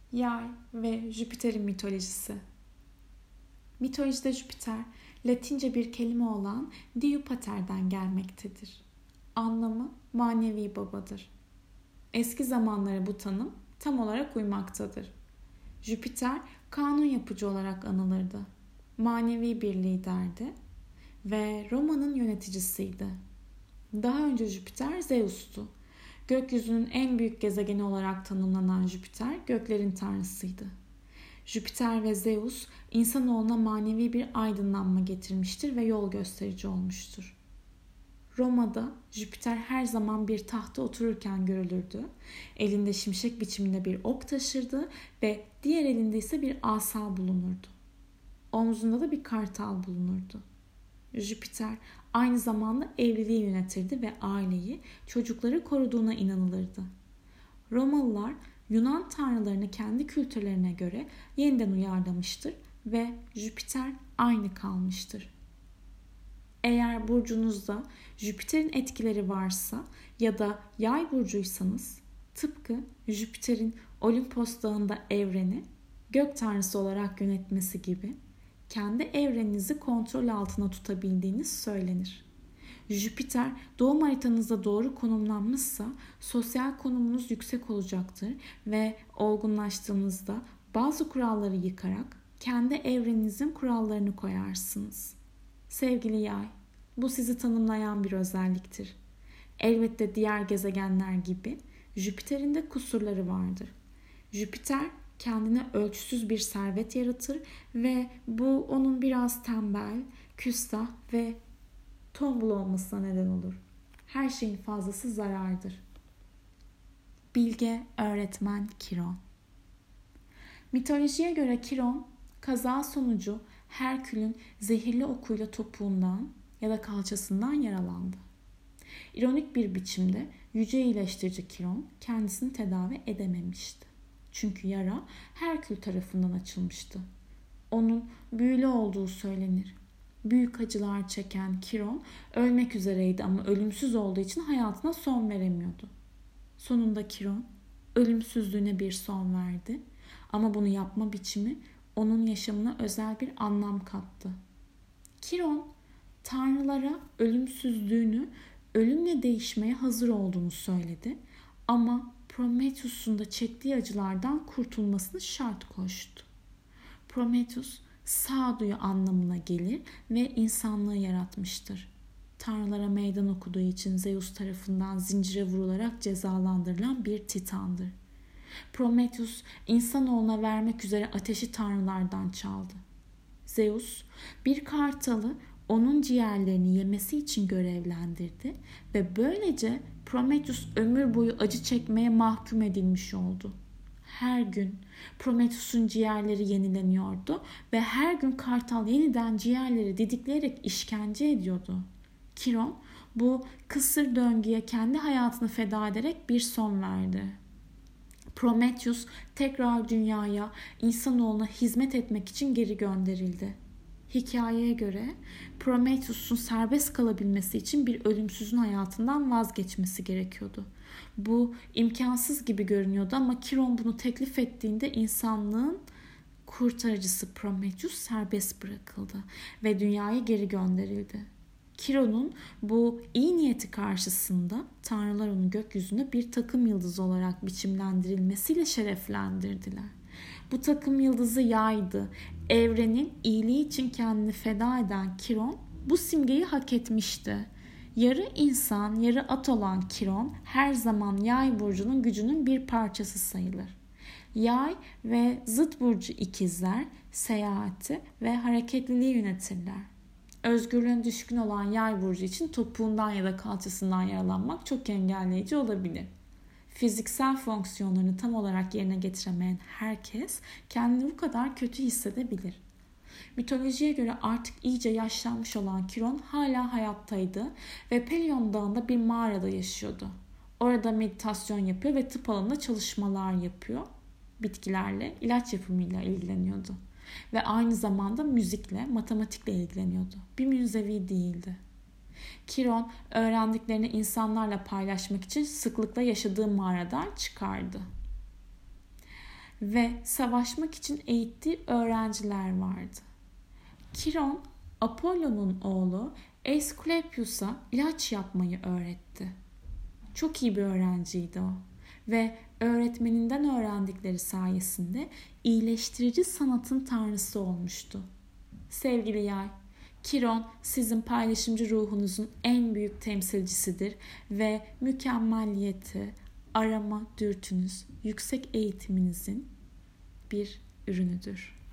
Yay ve Jüpiter'in mitolojisi. Mitolojide Jüpiter, Latince bir kelime olan Diu Pater'den gelmektedir. Anlamı manevi babadır. Eski zamanlara bu tanım tam olarak uymaktadır. Jüpiter kanun yapıcı olarak anılırdı. Manevi bir liderdi ve Roma'nın yöneticisiydi. Daha önce Jüpiter Zeus'tu. Gökyüzünün en büyük gezegeni olarak tanımlanan Jüpiter göklerin tanrısıydı. Jüpiter ve Zeus insanoğluna manevi bir aydınlanma getirmiştir ve yol gösterici olmuştur. Roma'da Jüpiter her zaman bir tahta otururken görülürdü. Elinde şimşek biçiminde bir ok taşırdı ve diğer elinde ise bir asa bulunurdu. Omzunda da bir kartal bulunurdu. Jüpiter aynı zamanda evliliği yönetirdi ve aileyi, çocukları koruduğuna inanılırdı. Romalılar Yunan tanrılarını kendi kültürlerine göre yeniden uyarlamıştır ve Jüpiter aynı kalmıştır. Eğer burcunuzda Jüpiter'in etkileri varsa ya da Yay burcuysanız, tıpkı Jüpiter'in Olimpos dağında evreni gök tanrısı olarak yönetmesi gibi kendi evreninizi kontrol altına tutabildiğiniz söylenir. Jüpiter doğum haritanızda doğru konumlanmışsa sosyal konumunuz yüksek olacaktır ve olgunlaştığınızda bazı kuralları yıkarak kendi evreninizin kurallarını koyarsınız. Sevgili Yay, bu sizi tanımlayan bir özelliktir. Elbette diğer gezegenler gibi Jüpiter'in de kusurları vardır. Jüpiter kendine ölçüsüz bir servet yaratır ve bu onun biraz tembel, küstah ve tombul olmasına neden olur. Her şeyin fazlası zarardır. Bilge öğretmen Kiron. Mitolojiye göre Kiron, kaza sonucu Herkül'ün zehirli okuyla topuğundan ya da kalçasından yaralandı. İronik bir biçimde yüce iyileştirici Kiron kendisini tedavi edememişti. Çünkü yara Herkül tarafından açılmıştı. Onun büyülü olduğu söylenir. Büyük acılar çeken Kiron ölmek üzereydi ama ölümsüz olduğu için hayatına son veremiyordu. Sonunda Kiron ölümsüzlüğüne bir son verdi ama bunu yapma biçimi onun yaşamına özel bir anlam kattı. Kiron tanrılara ölümsüzlüğünü ölümle değişmeye hazır olduğunu söyledi ama Prometheus'un da çektiği acılardan kurtulmasını şart koştu. Prometheus sağduyu anlamına gelir ve insanlığı yaratmıştır. Tanrılara meydan okuduğu için Zeus tarafından zincire vurularak cezalandırılan bir titandır. Prometheus insanoğluna vermek üzere ateşi tanrılardan çaldı. Zeus bir kartalı onun ciğerlerini yemesi için görevlendirdi ve böylece Prometheus ömür boyu acı çekmeye mahkum edilmiş oldu. Her gün Prometheus'un ciğerleri yenileniyordu ve her gün kartal yeniden ciğerleri didikleyerek işkence ediyordu. Kiron bu kısır döngüye kendi hayatını feda ederek bir son verdi. Prometheus tekrar dünyaya, insanoğluna hizmet etmek için geri gönderildi. Hikayeye göre Prometheus'un serbest kalabilmesi için bir ölümsüzün hayatından vazgeçmesi gerekiyordu. Bu imkansız gibi görünüyordu ama Kiron bunu teklif ettiğinde insanlığın kurtarıcısı Prometheus serbest bırakıldı ve dünyaya geri gönderildi. Kiron'un bu iyi niyeti karşısında tanrılar onu gökyüzünde bir takım yıldızı olarak biçimlendirilmesiyle şereflendirdiler. Bu takım yıldızı Yay'dı. Evrenin iyiliği için kendini feda eden Kiron bu simgeyi hak etmişti. Yarı insan, yarı at olan Kiron her zaman Yay burcunun gücünün bir parçası sayılır. Yay ve zıt burcu ikizler seyahati ve hareketliliği yönetirler. Özgürlüğün düşkün olan Yay burcu için topuğundan ya da kalçasından yaralanmak çok engelleyici olabilir. Fiziksel fonksiyonlarını tam olarak yerine getiremeyen herkes kendini bu kadar kötü hissedebilir. Mitolojiye göre artık iyice yaşlanmış olan Kiron hala hayattaydı ve Pelion Dağı'nda bir mağarada yaşıyordu. Orada meditasyon yapıyor ve tıp alanında çalışmalar yapıyor. Bitkilerle, ilaç yapımıyla ilgileniyordu. Ve aynı zamanda müzikle, matematikle ilgileniyordu. Bir münzevi değildi. Kiron öğrendiklerini insanlarla paylaşmak için sıklıkla yaşadığı mağaradan çıkardı. ve savaşmak için eğittiği öğrenciler vardı. Kiron, Apollo'nun oğlu Asklepios'a ilaç yapmayı öğretti. Çok iyi bir öğrenciydi o ve öğretmeninden öğrendikleri sayesinde iyileştirici sanatın tanrısı olmuştu. Sevgili yay, Kiron sizin paylaşımcı ruhunuzun en büyük temsilcisidir ve mükemmelliyeti, arama dürtünüz, yüksek eğitiminizin bir ürünüdür.